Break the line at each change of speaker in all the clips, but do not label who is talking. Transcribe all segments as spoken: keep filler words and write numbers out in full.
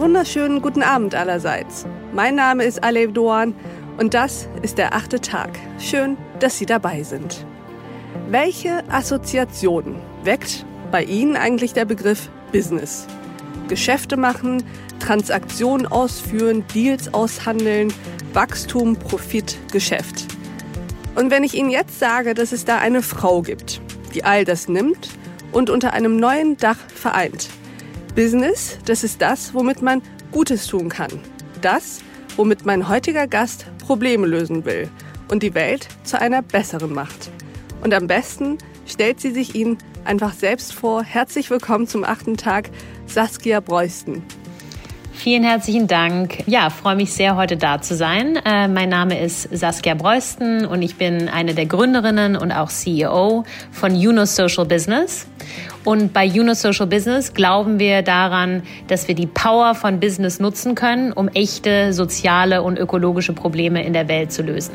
wunderschönen guten Abend allerseits. Mein Name ist Alev Doan und das ist der achte Tag. Schön, dass Sie dabei sind. Welche Assoziationen weckt bei Ihnen eigentlich der Begriff Business? Geschäfte machen, Transaktionen ausführen, Deals aushandeln, Wachstum, Profit, Geschäft. Und wenn ich Ihnen jetzt sage, dass es da eine Frau gibt, die all das nimmt und unter einem neuen Dach vereint. Business, das ist das, womit man Gutes tun kann. Das, womit mein heutiger Gast Probleme lösen will und die Welt zu einer besseren macht. Und am besten stellt sie sich Ihnen einfach selbst vor. Herzlich willkommen zum achten Tag, Saskia Breusten.
Vielen herzlichen Dank. Ja, freue mich sehr, heute da zu sein. Äh, mein Name ist Saskia Breusten und ich bin eine der Gründerinnen und auch C E O von Juno Social Business. Und bei Juno Social Business glauben wir daran, dass wir die Power von Business nutzen können, um echte soziale und ökologische Probleme in der Welt zu lösen.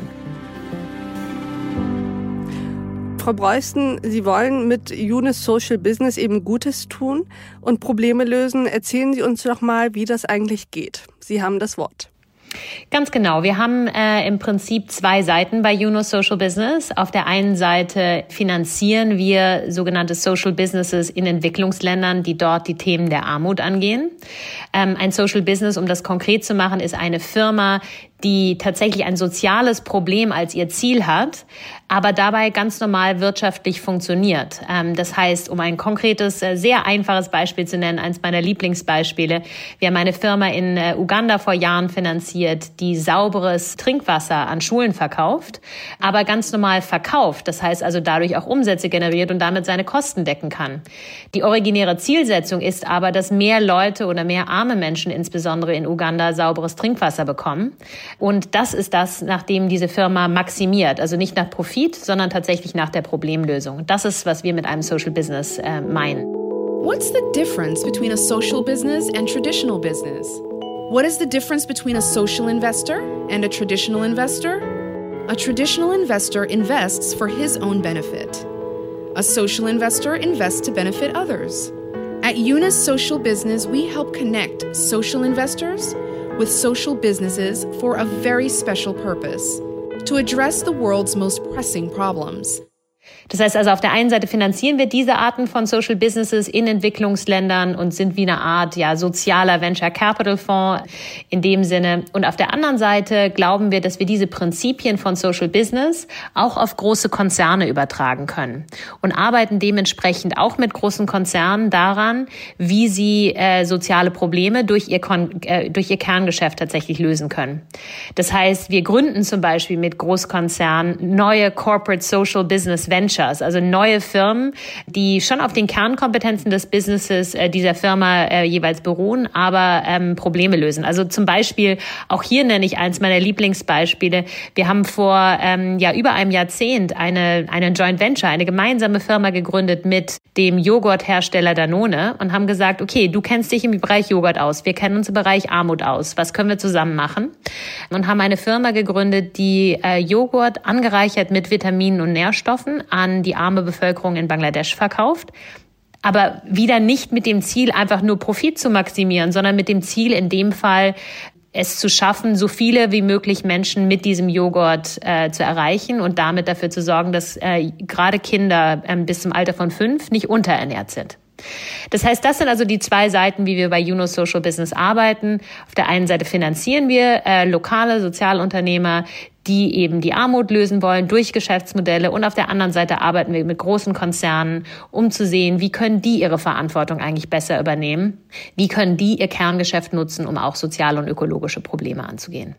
Frau Breusten, Sie wollen mit Juno Social Business eben Gutes tun und Probleme lösen. Erzählen Sie uns doch mal, wie das eigentlich geht. Sie haben das Wort.
Ganz genau. Wir haben äh, im Prinzip zwei Seiten bei Juno Social Business. Auf der einen Seite finanzieren wir sogenannte Social Businesses in Entwicklungsländern, die dort die Themen der Armut angehen. Ähm, ein Social Business, um das konkret zu machen, ist eine Firma, die tatsächlich ein soziales Problem als ihr Ziel hat, aber dabei ganz normal wirtschaftlich funktioniert. Das heißt, um ein konkretes, sehr einfaches Beispiel zu nennen, eines meiner Lieblingsbeispiele, wir haben eine Firma in Uganda vor Jahren finanziert, die sauberes Trinkwasser an Schulen verkauft, aber ganz normal verkauft. Das heißt also dadurch auch Umsätze generiert und damit seine Kosten decken kann. Die originäre Zielsetzung ist aber, dass mehr Leute oder mehr arme Menschen insbesondere in Uganda sauberes Trinkwasser bekommen. Und das ist das, nach dem diese Firma maximiert. Also nicht nach Profit, sondern tatsächlich nach der Problemlösung. Das ist, was wir mit einem Social Business äh, meinen.
What's the difference between a social business and traditional business? What is the difference between a social investor and a traditional investor? A traditional investor invests for his own benefit. A social investor invests to benefit others. At Juno Social Business, we help connect social investors with social businesses for a very special purpose, to address the world's most pressing problems.
Das heißt also, auf der einen Seite finanzieren wir diese Arten von Social Businesses in Entwicklungsländern und sind wie eine Art ja sozialer Venture Capital Fonds in dem Sinne. Und auf der anderen Seite glauben wir, dass wir diese Prinzipien von Social Business auch auf große Konzerne übertragen können und arbeiten dementsprechend auch mit großen Konzernen daran, wie sie äh, soziale Probleme durch ihr, Kon- äh, durch ihr Kerngeschäft tatsächlich lösen können. Das heißt, wir gründen zum Beispiel mit Großkonzernen neue Corporate Social Business Ventures, also neue Firmen, die schon auf den Kernkompetenzen des Businesses äh, dieser Firma äh, jeweils beruhen, aber ähm, Probleme lösen. Also zum Beispiel, auch hier nenne ich eins meiner Lieblingsbeispiele. Wir haben vor ähm, ja über einem Jahrzehnt eine, eine Joint Venture, eine gemeinsame Firma gegründet mit dem Joghurthersteller Danone und haben gesagt, okay, du kennst dich im Bereich Joghurt aus, wir kennen uns im Bereich Armut aus, was können wir zusammen machen? Und haben eine Firma gegründet, die äh, Joghurt angereichert mit Vitaminen und Nährstoffen an die arme Bevölkerung in Bangladesch verkauft. Aber wieder nicht mit dem Ziel, einfach nur Profit zu maximieren, sondern mit dem Ziel, in dem Fall es zu schaffen, so viele wie möglich Menschen mit diesem Joghurt äh, zu erreichen und damit dafür zu sorgen, dass äh, gerade Kinder äh, bis zum Alter von fünf nicht unterernährt sind. Das heißt, das sind also die zwei Seiten, wie wir bei Juno Social Business arbeiten. Auf der einen Seite finanzieren wir äh, lokale Sozialunternehmer, die eben die Armut lösen wollen durch Geschäftsmodelle. Und auf der anderen Seite arbeiten wir mit großen Konzernen, um zu sehen, wie können die ihre Verantwortung eigentlich besser übernehmen? Wie können die ihr Kerngeschäft nutzen, um auch soziale und ökologische Probleme anzugehen?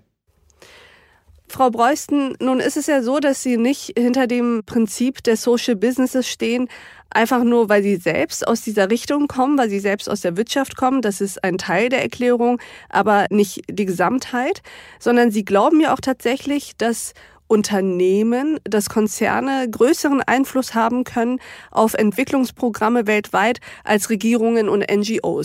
Frau Breusten, nun ist es ja so, dass Sie nicht hinter dem Prinzip der Social Businesses stehen, einfach nur, weil Sie selbst aus dieser Richtung kommen, weil Sie selbst aus der Wirtschaft kommen. Das ist ein Teil der Erklärung, aber nicht die Gesamtheit, sondern Sie glauben ja auch tatsächlich, dass Unternehmen, dass Konzerne größeren Einfluss haben können auf Entwicklungsprogramme weltweit als Regierungen und N G Os.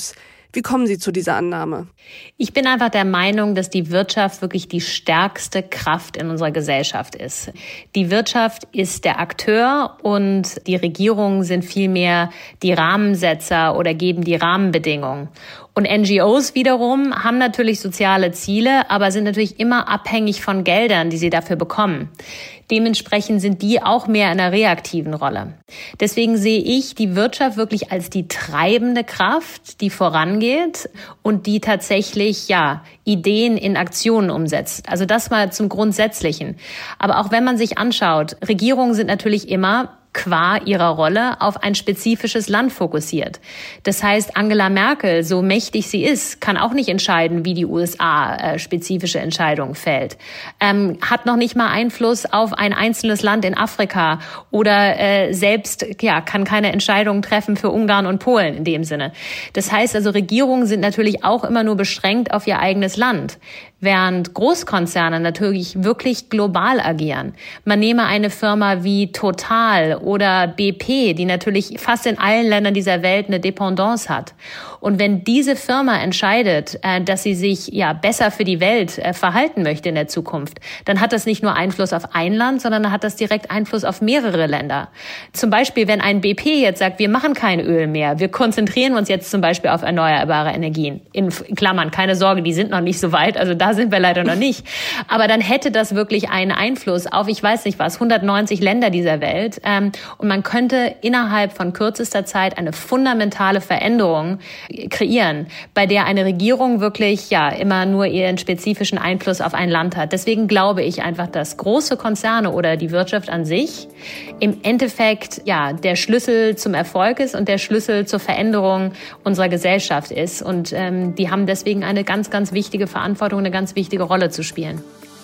Wie kommen Sie zu dieser Annahme?
Ich bin einfach der Meinung, dass die Wirtschaft wirklich die stärkste Kraft in unserer Gesellschaft ist. Die Wirtschaft ist der Akteur und die Regierungen sind vielmehr die Rahmensetzer oder geben die Rahmenbedingungen. Und N G Os wiederum haben natürlich soziale Ziele, aber sind natürlich immer abhängig von Geldern, die sie dafür bekommen. Dementsprechend sind die auch mehr in einer reaktiven Rolle. Deswegen sehe ich die Wirtschaft wirklich als die treibende Kraft, die vorangeht und die tatsächlich, ja, Ideen in Aktionen umsetzt. Also das mal zum Grundsätzlichen. Aber auch wenn man sich anschaut, Regierungen sind natürlich immer qua ihrer Rolle auf ein spezifisches Land fokussiert. Das heißt, Angela Merkel, so mächtig sie ist, kann auch nicht entscheiden, wie die U S A äh, spezifische Entscheidungen fällt. Ähm, hat noch nicht mal Einfluss auf ein einzelnes Land in Afrika oder äh, selbst ja kann keine Entscheidungen treffen für Ungarn und Polen in dem Sinne. Das heißt also, Regierungen sind natürlich auch immer nur beschränkt auf ihr eigenes Land, während Großkonzerne natürlich wirklich global agieren. Man nehme eine Firma wie Total oder B P, die natürlich fast in allen Ländern dieser Welt eine Dependance hat. Und wenn diese Firma entscheidet, dass sie sich ja besser für die Welt verhalten möchte in der Zukunft, dann hat das nicht nur Einfluss auf ein Land, sondern dann hat das direkt Einfluss auf mehrere Länder. Zum Beispiel, wenn ein B P jetzt sagt, wir machen kein Öl mehr, wir konzentrieren uns jetzt zum Beispiel auf erneuerbare Energien. In Klammern, keine Sorge, die sind noch nicht so weit, also da sind wir leider noch nicht. Aber dann hätte das wirklich einen Einfluss auf, ich weiß nicht was, hundertneunzig Länder dieser Welt. Und man könnte innerhalb von kürzester Zeit eine fundamentale Veränderung kreieren, bei der eine Regierung wirklich ja immer nur ihren spezifischen Einfluss auf ein Land hat. Deswegen glaube ich einfach, dass große Konzerne oder die Wirtschaft an sich im Endeffekt ja der Schlüssel zum Erfolg ist und der Schlüssel zur Veränderung unserer Gesellschaft ist. Und ähm, die haben deswegen eine ganz, ganz wichtige Verantwortung, eine ganz wichtige Rolle zu spielen.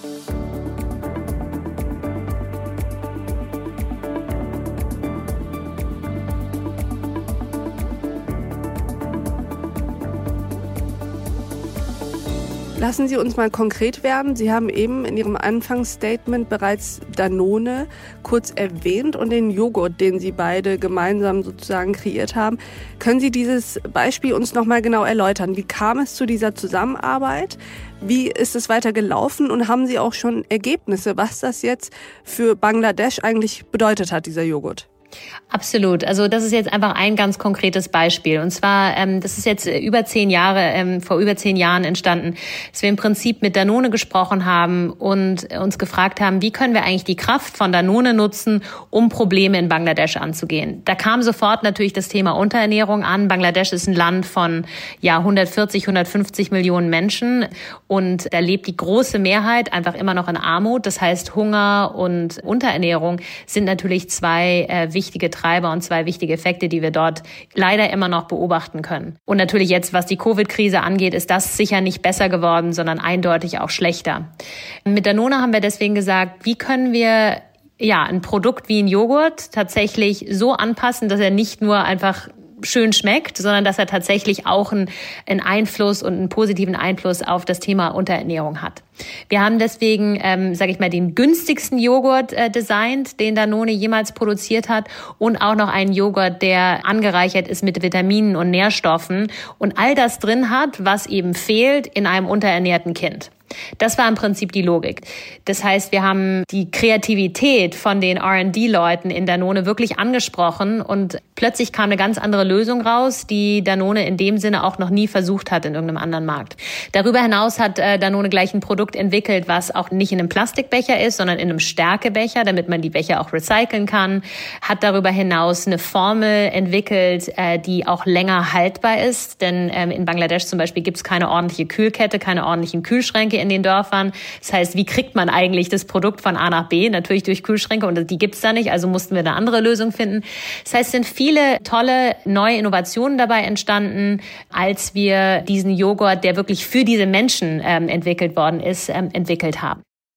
Lassen Sie uns mal konkret werden. Sie haben eben in Ihrem Anfangsstatement bereits Danone kurz erwähnt und den Joghurt, den Sie beide gemeinsam sozusagen kreiert haben. Können Sie dieses Beispiel uns noch mal genau erläutern? Wie kam es zu dieser Zusammenarbeit? Wie ist es weiter gelaufen und haben Sie auch schon Ergebnisse, was das jetzt für Bangladesch eigentlich bedeutet hat, dieser Joghurt?
Absolut. Also das ist jetzt einfach ein ganz konkretes Beispiel. Und zwar, ähm, das ist jetzt über zehn Jahre, ähm, vor über zehn Jahren entstanden, dass wir im Prinzip mit Danone gesprochen haben und uns gefragt haben, wie können wir eigentlich die Kraft von Danone nutzen, um Probleme in Bangladesch anzugehen. Da kam sofort natürlich das Thema Unterernährung an. Bangladesch ist ein Land von ja hundertvierzig, hundertfünfzig Millionen Menschen und da lebt die große Mehrheit einfach immer noch in Armut. Das heißt, Hunger und Unterernährung sind natürlich zwei äh, wichtige Treiber und zwei wichtige Effekte, die wir dort leider immer noch beobachten können. Und natürlich jetzt, was die Covid-Krise angeht, ist das sicher nicht besser geworden, sondern eindeutig auch schlechter. Mit Danone haben wir deswegen gesagt, wie können wir ja ein Produkt wie ein Joghurt tatsächlich so anpassen, dass er nicht nur einfach schön schmeckt, sondern dass er tatsächlich auch einen, einen Einfluss und einen positiven Einfluss auf das Thema Unterernährung hat. Wir haben deswegen, ähm, sage ich mal, den günstigsten Joghurt äh, designt, den Danone jemals produziert hat und auch noch einen Joghurt, der angereichert ist mit Vitaminen und Nährstoffen und all das drin hat, was eben fehlt in einem unterernährten Kind. Das war im Prinzip die Logik. Das heißt, wir haben die Kreativität von den R and D-Leuten in Danone wirklich angesprochen und plötzlich kam eine ganz andere Lösung raus, die Danone in dem Sinne auch noch nie versucht hat in irgendeinem anderen Markt. Darüber hinaus hat äh, Danone gleich ein Produkt entwickelt, was auch nicht in einem Plastikbecher ist, sondern in einem Stärkebecher, damit man die Becher auch recyceln kann. Hat darüber hinaus eine Formel entwickelt, äh, die auch länger haltbar ist, denn ähm, in Bangladesch zum Beispiel gibt es keine ordentliche Kühlkette, keine ordentlichen Kühlschränke in den Dörfern. Das heißt, wie kriegt man eigentlich das Produkt von A nach B? Natürlich durch Kühlschränke und die gibt's da nicht, also mussten wir eine andere Lösung finden. Das heißt, es sind viele tolle neue Innovationen dabei entstanden, als wir diesen Joghurt, der wirklich für diese Menschen ähm, entwickelt worden ist, ähm, entwickelt haben.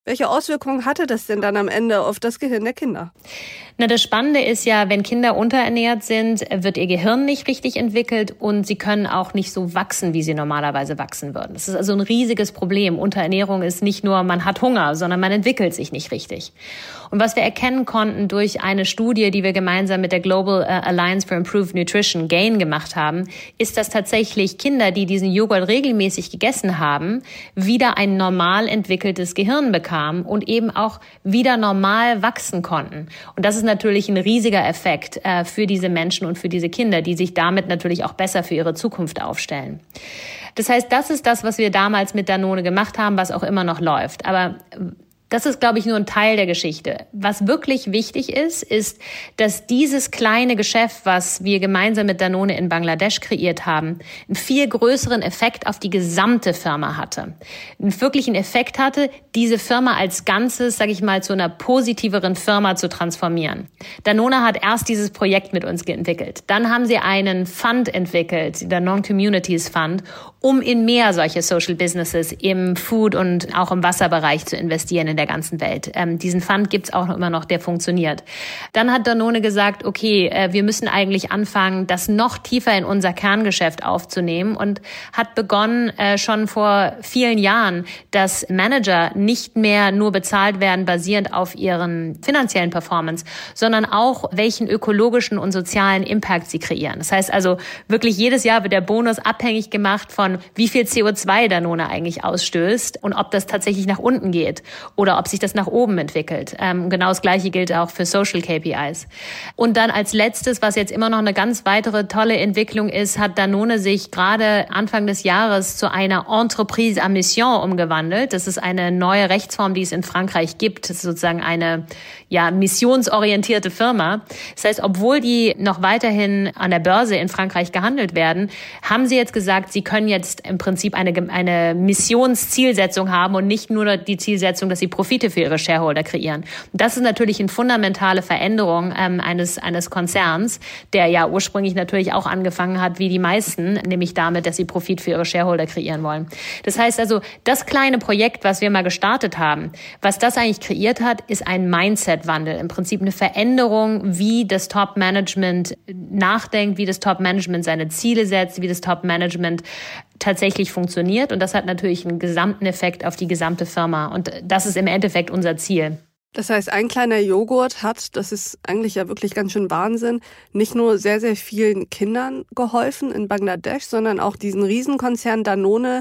Welche Auswirkungen hatte das denn dann am Ende auf das Gehirn der Kinder?
Na, das Spannende ist ja, wenn Kinder unterernährt sind, wird ihr Gehirn nicht richtig entwickelt und sie können auch nicht so wachsen, wie sie normalerweise wachsen würden. Das ist also ein riesiges Problem. Unterernährung ist nicht nur, man hat Hunger, sondern man entwickelt sich nicht richtig. Und was wir erkennen konnten durch eine Studie, die wir gemeinsam mit der Global Alliance for Improved Nutrition, GAIN, gemacht haben, ist, dass tatsächlich Kinder, die diesen Joghurt regelmäßig gegessen haben, wieder ein normal entwickeltes Gehirn bekamen und eben auch wieder normal wachsen konnten. Und das ist natürlich ein riesiger Effekt äh, für diese Menschen und für diese Kinder, die sich damit natürlich auch besser für ihre Zukunft aufstellen. Das heißt, das ist das, was wir damals mit Danone gemacht haben, was auch immer noch läuft. Aber das ist, glaube ich, nur ein Teil der Geschichte. Was wirklich wichtig ist, ist, dass dieses kleine Geschäft, was wir gemeinsam mit Danone in Bangladesch kreiert haben, einen viel größeren Effekt auf die gesamte Firma hatte. Einen wirklichen Effekt hatte, diese Firma als Ganzes, sage ich mal, zu einer positiveren Firma zu transformieren. Danone hat erst dieses Projekt mit uns entwickelt. Dann haben sie einen Fund entwickelt, der Non-Communities Fund, um in mehr solche Social Businesses im Food- und auch im Wasserbereich zu investieren in der ganzen Welt. Ähm, diesen Fund gibt's auch immer noch, der funktioniert. Dann hat Danone gesagt, okay, äh, wir müssen eigentlich anfangen, das noch tiefer in unser Kerngeschäft aufzunehmen und hat begonnen, äh, schon vor vielen Jahren, dass Manager nicht mehr nur bezahlt werden basierend auf ihren finanziellen Performance, sondern auch welchen ökologischen und sozialen Impact sie kreieren. Das heißt also, wirklich jedes Jahr wird der Bonus abhängig gemacht von, wie viel C O zwei Danone eigentlich ausstößt und ob das tatsächlich nach unten geht oder ob sich das nach oben entwickelt. Ähm, genau das Gleiche gilt auch für Social K P Is. Und dann als letztes, was jetzt immer noch eine ganz weitere tolle Entwicklung ist, hat Danone sich gerade Anfang des Jahres zu einer Entreprise à Mission umgewandelt. Das ist eine neue Rechtsform, die es in Frankreich gibt. Das ist sozusagen eine ja missionsorientierte Firma. Das heißt, obwohl die noch weiterhin an der Börse in Frankreich gehandelt werden, haben sie jetzt gesagt, sie können jetzt im Prinzip eine, eine Missionszielsetzung haben und nicht nur die Zielsetzung, dass sie Profite für ihre Shareholder kreieren. Und das ist natürlich eine fundamentale Veränderung ähm, eines, eines Konzerns, der ja ursprünglich natürlich auch angefangen hat, wie die meisten, nämlich damit, dass sie Profit für ihre Shareholder kreieren wollen. Das heißt also, das kleine Projekt, was wir mal gestartet haben, was das eigentlich kreiert hat, ist ein Mindset-Wandel. Im Prinzip eine Veränderung, wie das Top-Management nachdenkt, wie das Top-Management seine Ziele setzt, wie das Top-Management tatsächlich funktioniert. Und das hat natürlich einen gesamten Effekt auf die gesamte Firma. Und das ist im Endeffekt unser Ziel.
Das heißt, ein kleiner Joghurt hat, das ist eigentlich ja wirklich ganz schön Wahnsinn, nicht nur sehr, sehr vielen Kindern geholfen in Bangladesch, sondern auch diesen Riesenkonzern Danone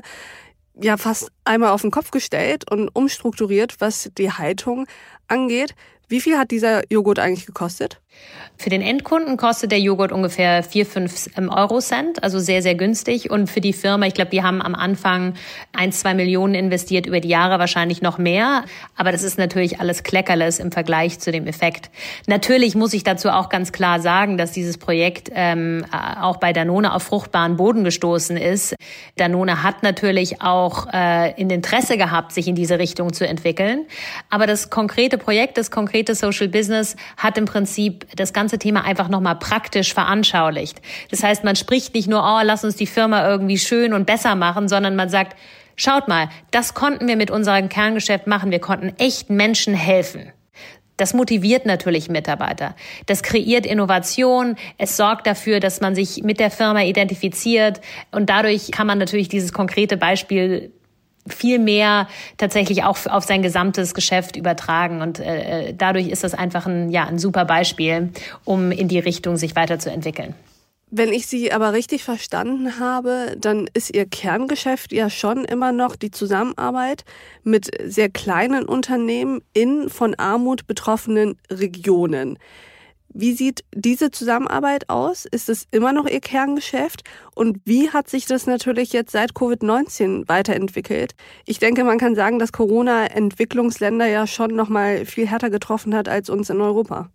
ja fast einmal auf den Kopf gestellt und umstrukturiert, was die Haltung angeht. Wie viel hat dieser Joghurt eigentlich gekostet?
Für den Endkunden kostet der Joghurt ungefähr vier, fünf Euro-Cent, also sehr, sehr günstig. Und für die Firma, ich glaube, die haben am Anfang ein, zwei Millionen investiert, über die Jahre wahrscheinlich noch mehr. Aber das ist natürlich alles Kleckerles im Vergleich zu dem Effekt. Natürlich muss ich dazu auch ganz klar sagen, dass dieses Projekt ähm, auch bei Danone auf fruchtbaren Boden gestoßen ist. Danone hat natürlich auch äh, ein Interesse gehabt, sich in diese Richtung zu entwickeln. Aber das konkrete Projekt, das konkrete Social Business hat im Prinzip das ganze Thema einfach nochmal praktisch veranschaulicht. Das heißt, man spricht nicht nur, oh, lass uns die Firma irgendwie schön und besser machen, sondern man sagt, schaut mal, das konnten wir mit unserem Kerngeschäft machen. Wir konnten echt Menschen helfen. Das motiviert natürlich Mitarbeiter. Das kreiert Innovation. Es sorgt dafür, dass man sich mit der Firma identifiziert. Und dadurch kann man natürlich dieses konkrete Beispiel viel mehr tatsächlich auch auf sein gesamtes Geschäft übertragen. Und äh, dadurch ist das einfach ein, ja, ein super Beispiel, um in die Richtung sich weiterzuentwickeln.
Wenn ich Sie aber richtig verstanden habe, dann ist Ihr Kerngeschäft ja schon immer noch die Zusammenarbeit mit sehr kleinen Unternehmen in von Armut betroffenen Regionen. Wie sieht diese Zusammenarbeit aus? Ist es immer noch Ihr Kerngeschäft? Und wie hat sich das natürlich jetzt seit Covid neunzehn weiterentwickelt? Ich denke, man kann sagen, dass Corona Entwicklungsländer ja schon noch mal viel härter getroffen hat als uns in Europa.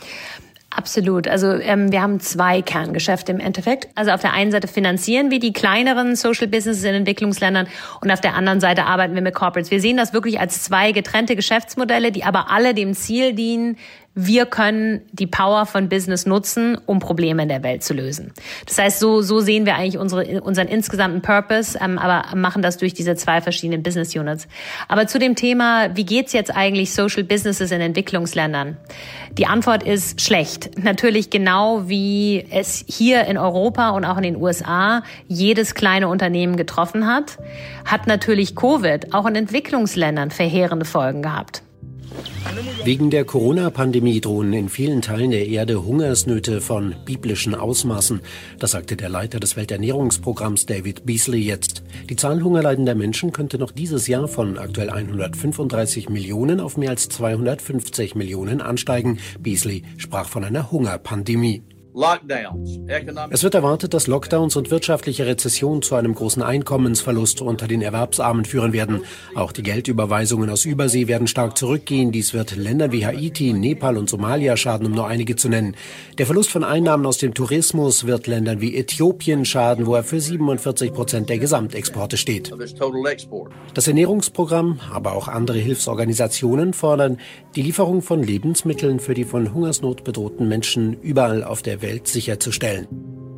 Absolut. Also ähm, wir haben zwei Kerngeschäfte im Endeffekt. Also auf der einen Seite finanzieren wir die kleineren Social Businesses in Entwicklungsländern und auf der anderen Seite arbeiten wir mit Corporates. Wir sehen das wirklich als zwei getrennte Geschäftsmodelle, die aber alle dem Ziel dienen, wir können die Power von Business nutzen, um Probleme in der Welt zu lösen. Das heißt, so, so sehen wir eigentlich unsere, unseren insgesamten Purpose, ähm, aber machen das durch diese zwei verschiedenen Business Units. Aber zu dem Thema, wie geht's jetzt eigentlich Social Businesses in Entwicklungsländern? Die Antwort ist schlecht. Natürlich genau wie es hier in Europa und auch in den U S A jedes kleine Unternehmen getroffen hat, hat natürlich Covid auch in Entwicklungsländern verheerende Folgen gehabt.
Wegen der Corona-Pandemie drohen in vielen Teilen der Erde Hungersnöte von biblischen Ausmaßen. Das sagte der Leiter des Welternährungsprogramms David Beasley jetzt. Die Zahl hungerleidender Menschen könnte noch dieses Jahr von aktuell hundertfünfunddreißig Millionen auf mehr als zweihundertfünfzig Millionen ansteigen. Beasley sprach von einer Hungerpandemie. Es wird erwartet, dass Lockdowns und wirtschaftliche Rezession zu einem großen Einkommensverlust unter den Erwerbsarmen führen werden. Auch die Geldüberweisungen aus Übersee werden stark zurückgehen. Dies wird Ländern wie Haiti, Nepal und Somalia schaden, um nur einige zu nennen. Der Verlust von Einnahmen aus dem Tourismus wird Ländern wie Äthiopien schaden, wo er für siebenundvierzig Prozent der Gesamtexporte steht. Das Ernährungsprogramm, aber auch andere Hilfsorganisationen fordern die Lieferung von Lebensmitteln für die von Hungersnot bedrohten Menschen überall auf der Welt Welt sicherzustellen.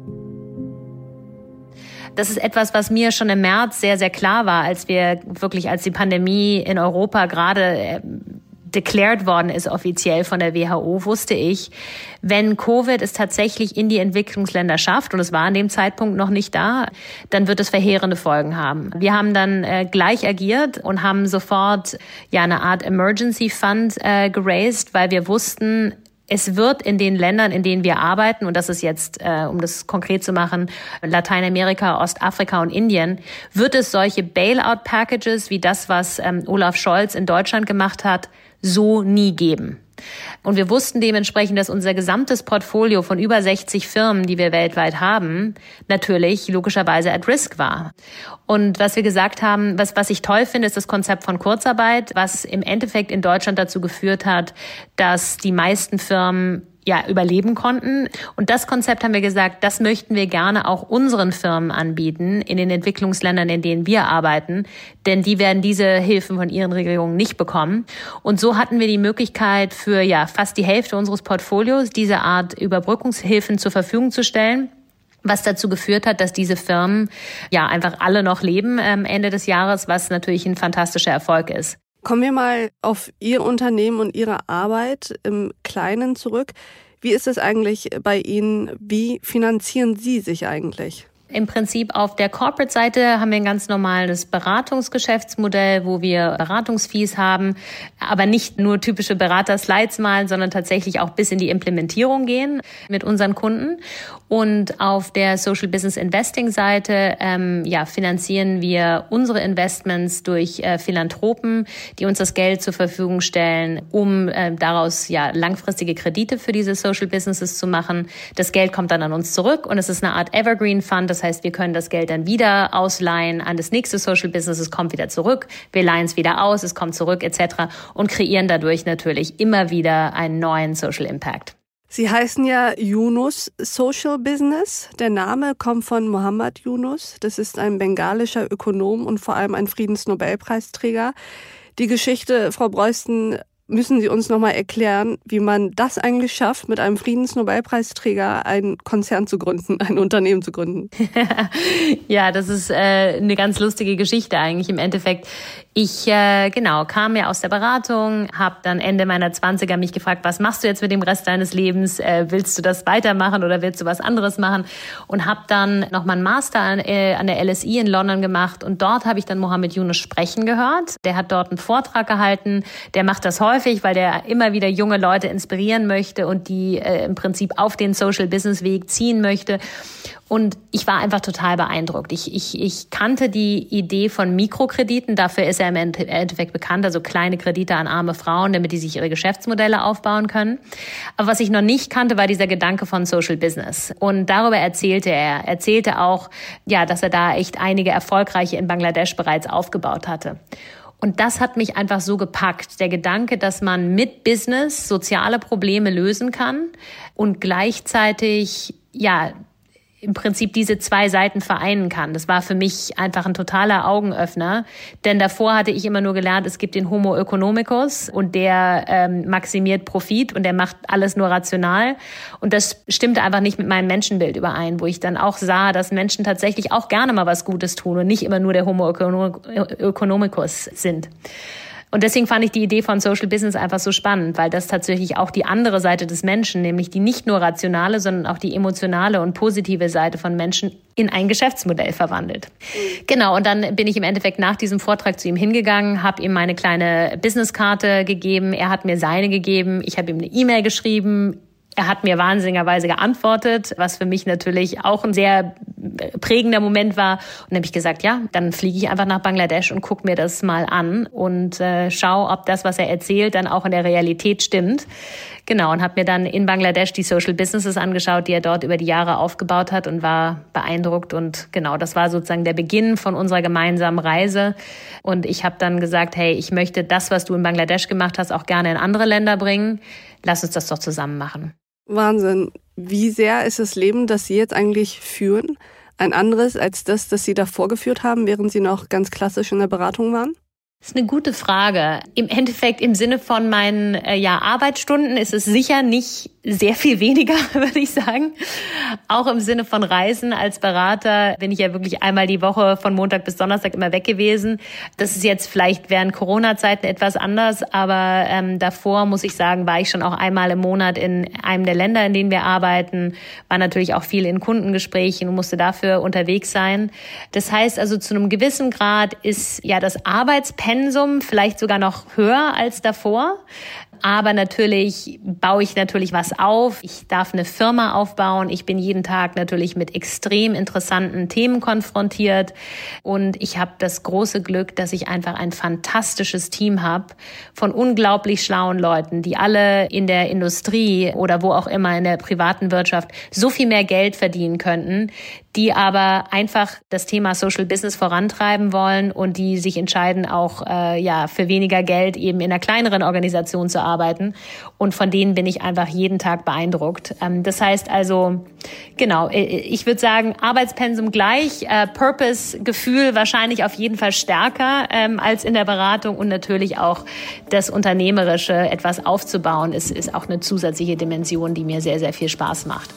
Das ist etwas, was mir schon im März sehr, sehr klar war, als wir wirklich, als die Pandemie in Europa gerade äh, declared worden ist, offiziell von der W H O, wusste ich, wenn Covid es tatsächlich in die Entwicklungsländer schafft, und es war an dem Zeitpunkt noch nicht da, dann wird es verheerende Folgen haben. Wir haben dann äh, gleich agiert und haben sofort ja eine Art Emergency Fund äh, geraced, weil wir wussten, es wird in den Ländern, in denen wir arbeiten, und das ist jetzt, äh, um das konkret zu machen, Lateinamerika, Ostafrika und Indien, wird es solche Bailout-Packages wie das, was ähm, Olaf Scholz in Deutschland gemacht hat, so nie geben. Und wir wussten dementsprechend, dass unser gesamtes Portfolio von über sechzig Firmen, die wir weltweit haben, natürlich logischerweise at risk war. Und was wir gesagt haben, was, was ich toll finde, ist das Konzept von Kurzarbeit, was im Endeffekt in Deutschland dazu geführt hat, dass die meisten Firmen ja überleben konnten. Und das Konzept haben wir gesagt, das möchten wir gerne auch unseren Firmen anbieten in den Entwicklungsländern, in denen wir arbeiten, denn die werden diese Hilfen von ihren Regierungen nicht bekommen. Und so hatten wir die Möglichkeit für ja fast die Hälfte unseres Portfolios diese Art Überbrückungshilfen zur Verfügung zu stellen, was dazu geführt hat, dass diese Firmen ja einfach alle noch leben am Ende des Jahres, was natürlich ein fantastischer Erfolg ist.
Kommen wir mal auf Ihr Unternehmen und Ihre Arbeit im Kleinen zurück. Wie ist es eigentlich bei Ihnen? Wie finanzieren Sie sich eigentlich?
Im Prinzip auf der Corporate-Seite haben wir ein ganz normales Beratungsgeschäftsmodell, wo wir Beratungsfees haben, aber nicht nur typische Berater-Slides malen, sondern tatsächlich auch bis in die Implementierung gehen mit unseren Kunden. Und auf der Social Business Investing Seite ähm, ja, finanzieren wir unsere Investments durch äh, Philanthropen, die uns das Geld zur Verfügung stellen, um äh, daraus ja langfristige Kredite für diese Social Businesses zu machen. Das Geld kommt dann an uns zurück und es ist eine Art Evergreen Fund. Das heißt, wir können das Geld dann wieder ausleihen an das nächste Social Business. Es kommt wieder zurück. Wir leihen es wieder aus, es kommt zurück et cetera und kreieren dadurch natürlich immer wieder einen neuen Social Impact.
Sie heißen ja Yunus Social Business. Der Name kommt von Muhammad Yunus. Das ist ein bengalischer Ökonom und vor allem ein Friedensnobelpreisträger. Die Geschichte, Frau Breusten, müssen Sie uns nochmal erklären, wie man das eigentlich schafft, mit einem Friedensnobelpreisträger einen Konzern zu gründen, ein Unternehmen zu gründen?
Ja, das ist äh, eine ganz lustige Geschichte eigentlich im Endeffekt. Ich äh, genau kam ja aus der Beratung, habe dann Ende meiner Zwanziger mich gefragt, was machst du jetzt mit dem Rest deines Lebens? Äh, willst du das weitermachen oder willst du was anderes machen? Und habe dann nochmal einen Master an, äh, an der L S I in London gemacht und dort habe ich dann Muhammad Yunus sprechen gehört. Der hat dort einen Vortrag gehalten, der macht das häufig, weil der immer wieder junge Leute inspirieren möchte und die äh, im Prinzip auf den Social Business Weg ziehen möchte. Und ich war einfach total beeindruckt. Ich, ich, ich kannte die Idee von Mikrokrediten. Dafür ist er im Endeffekt bekannt, also kleine Kredite an arme Frauen, damit die sich ihre Geschäftsmodelle aufbauen können. Aber was ich noch nicht kannte, war dieser Gedanke von Social Business. Und darüber erzählte er. Er erzählte auch, ja, dass er da echt einige erfolgreiche in Bangladesch bereits aufgebaut hatte. Und das hat mich einfach so gepackt. Der Gedanke, dass man mit Business soziale Probleme lösen kann und gleichzeitig, ja, im Prinzip diese zwei Seiten vereinen kann. Das war für mich einfach ein totaler Augenöffner, denn davor hatte ich immer nur gelernt, es gibt den Homo economicus und der ähm, maximiert Profit und der macht alles nur rational und das stimmte einfach nicht mit meinem Menschenbild überein, wo ich dann auch sah, dass Menschen tatsächlich auch gerne mal was Gutes tun und nicht immer nur der Homo economicus sind. Und deswegen fand ich die Idee von Social Business einfach so spannend, weil das tatsächlich auch die andere Seite des Menschen, nämlich die nicht nur rationale, sondern auch die emotionale und positive Seite von Menschen in ein Geschäftsmodell verwandelt. Genau, und dann bin ich im Endeffekt nach diesem Vortrag zu ihm hingegangen, habe ihm meine kleine Businesskarte gegeben, er hat mir seine gegeben, ich habe ihm eine E-Mail geschrieben. Er hat mir wahnsinnigerweise geantwortet, was für mich natürlich auch ein sehr prägender Moment war. Und dann habe ich gesagt, ja, dann fliege ich einfach nach Bangladesch und gucke mir das mal an und äh, schaue, ob das, was er erzählt, dann auch in der Realität stimmt. Genau, und habe mir dann in Bangladesch die Social Businesses angeschaut, die er dort über die Jahre aufgebaut hat und war beeindruckt. Und genau, das war sozusagen der Beginn von unserer gemeinsamen Reise. Und ich habe dann gesagt, hey, ich möchte das, was du in Bangladesch gemacht hast, auch gerne in andere Länder bringen. Lass uns das doch zusammen machen.
Wahnsinn. Wie sehr ist das Leben, das Sie jetzt eigentlich führen, ein anderes als das, das Sie davor geführt haben, während Sie noch ganz klassisch in der Beratung waren?
Das ist eine gute Frage. Im Endeffekt im Sinne von meinen äh, ja, Arbeitsstunden ist es sicher nicht sehr viel weniger, würde ich sagen. Auch im Sinne von Reisen als Berater bin ich ja wirklich einmal die Woche von Montag bis Donnerstag immer weg gewesen. Das ist jetzt vielleicht während Corona-Zeiten etwas anders, aber ähm, davor, muss ich sagen, war ich schon auch einmal im Monat in einem der Länder, in denen wir arbeiten, war natürlich auch viel in Kundengesprächen und musste dafür unterwegs sein. Das heißt also, zu einem gewissen Grad ist ja das Arbeitspensum vielleicht sogar noch höher als davor. Aber natürlich baue ich natürlich was auf. Ich darf eine Firma aufbauen. Ich bin jeden Tag natürlich mit extrem interessanten Themen konfrontiert. Und ich habe das große Glück, dass ich einfach ein fantastisches Team habe von unglaublich schlauen Leuten, die alle in der Industrie oder wo auch immer in der privaten Wirtschaft so viel mehr Geld verdienen könnten, die aber einfach das Thema Social Business vorantreiben wollen und die sich entscheiden, auch äh, ja für weniger Geld eben in einer kleineren Organisation zu arbeiten. Und von denen bin ich einfach jeden Tag beeindruckt. Ähm, das heißt also, genau, ich würde sagen, Arbeitspensum gleich, äh, Purpose-Gefühl wahrscheinlich auf jeden Fall stärker ähm, als in der Beratung und natürlich auch das Unternehmerische, etwas aufzubauen, ist, ist auch eine zusätzliche Dimension, die mir sehr, sehr viel Spaß macht.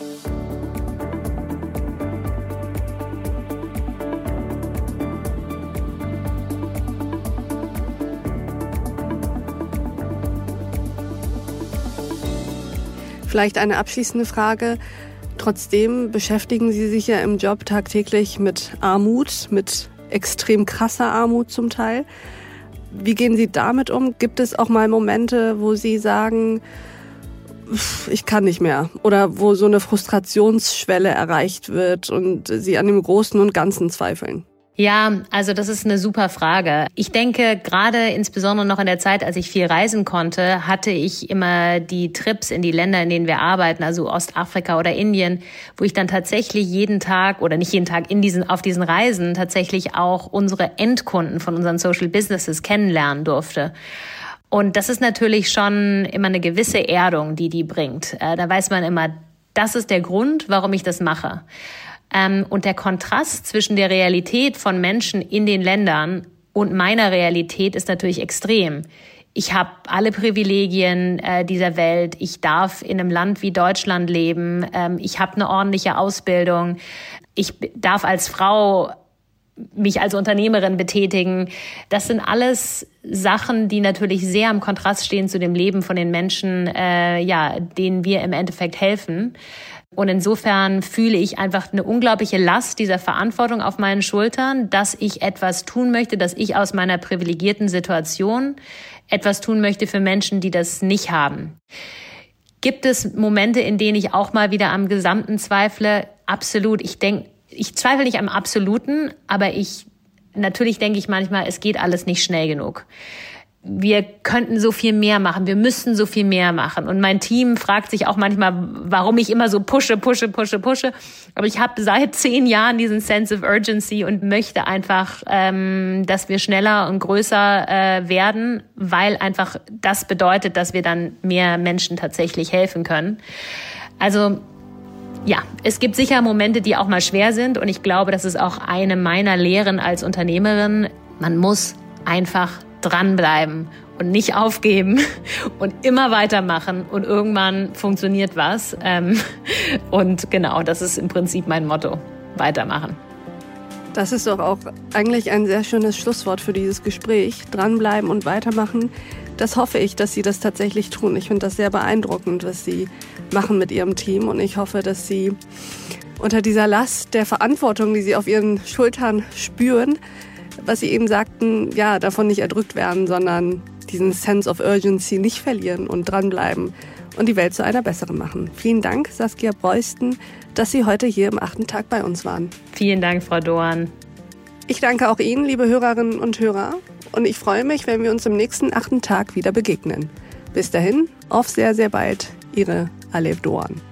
Vielleicht eine abschließende Frage. Trotzdem beschäftigen Sie sich ja im Job tagtäglich mit Armut, mit extrem krasser Armut zum Teil. Wie gehen Sie damit um? Gibt es auch mal Momente, wo Sie sagen, ich kann nicht mehr? Oder wo so eine Frustrationsschwelle erreicht wird und Sie an dem Großen und Ganzen zweifeln?
Ja, also das ist eine super Frage. Ich denke, gerade insbesondere noch in der Zeit, als ich viel reisen konnte, hatte ich immer die Trips in die Länder, in denen wir arbeiten, also Ostafrika oder Indien, wo ich dann tatsächlich jeden Tag oder nicht jeden Tag in diesen, auf diesen Reisen tatsächlich auch unsere Endkunden von unseren Social Businesses kennenlernen durfte. Und das ist natürlich schon immer eine gewisse Erdung, die die bringt. Da weiß man immer, das ist der Grund, warum ich das mache. Und der Kontrast zwischen der Realität von Menschen in den Ländern und meiner Realität ist natürlich extrem. Ich habe alle Privilegien äh, dieser Welt. Ich darf in einem Land wie Deutschland leben. Ähm, ich habe eine ordentliche Ausbildung. Ich darf als Frau mich als Unternehmerin betätigen. Das sind alles Sachen, die natürlich sehr im Kontrast stehen zu dem Leben von den Menschen, äh, ja, denen wir im Endeffekt helfen. Und insofern fühle ich einfach eine unglaubliche Last dieser Verantwortung auf meinen Schultern, dass ich etwas tun möchte, dass ich aus meiner privilegierten Situation etwas tun möchte für Menschen, die das nicht haben. Gibt es Momente, in denen ich auch mal wieder am Gesamten zweifle? Absolut. Ich denke, ich zweifle nicht am Absoluten, aber ich, natürlich denke ich manchmal, es geht alles nicht schnell genug. Wir könnten so viel mehr machen, wir müssten so viel mehr machen. Und mein Team fragt sich auch manchmal, warum ich immer so pushe, pushe, pushe, pushe. Aber ich habe seit zehn Jahren diesen Sense of Urgency und möchte einfach, ähm, dass wir schneller und größer äh, werden, weil einfach das bedeutet, dass wir dann mehr Menschen tatsächlich helfen können. Also Ja, es gibt sicher Momente, die auch mal schwer sind. Und ich glaube, das ist auch eine meiner Lehren als Unternehmerin. Man muss einfach dranbleiben und nicht aufgeben und immer weitermachen. Und irgendwann funktioniert was. Und genau, das ist im Prinzip mein Motto. Weitermachen.
Das ist doch auch eigentlich ein sehr schönes Schlusswort für dieses Gespräch. Dranbleiben und weitermachen. Das hoffe ich, dass Sie das tatsächlich tun. Ich finde das sehr beeindruckend, was Sie machen mit Ihrem Team. Und ich hoffe, dass Sie unter dieser Last der Verantwortung, die Sie auf Ihren Schultern spüren, was Sie eben sagten, ja, davon nicht erdrückt werden, sondern diesen Sense of Urgency nicht verlieren und dranbleiben und die Welt zu einer besseren machen. Vielen Dank, Saskia Breusten, dass Sie heute hier im achten Tag bei uns waren.
Vielen Dank, Frau Doan.
Ich danke auch Ihnen, liebe Hörerinnen und Hörer. Und ich freue mich, wenn wir uns im nächsten achten Tag wieder begegnen. Bis dahin, auf sehr, sehr bald. Ihre Alev Doan.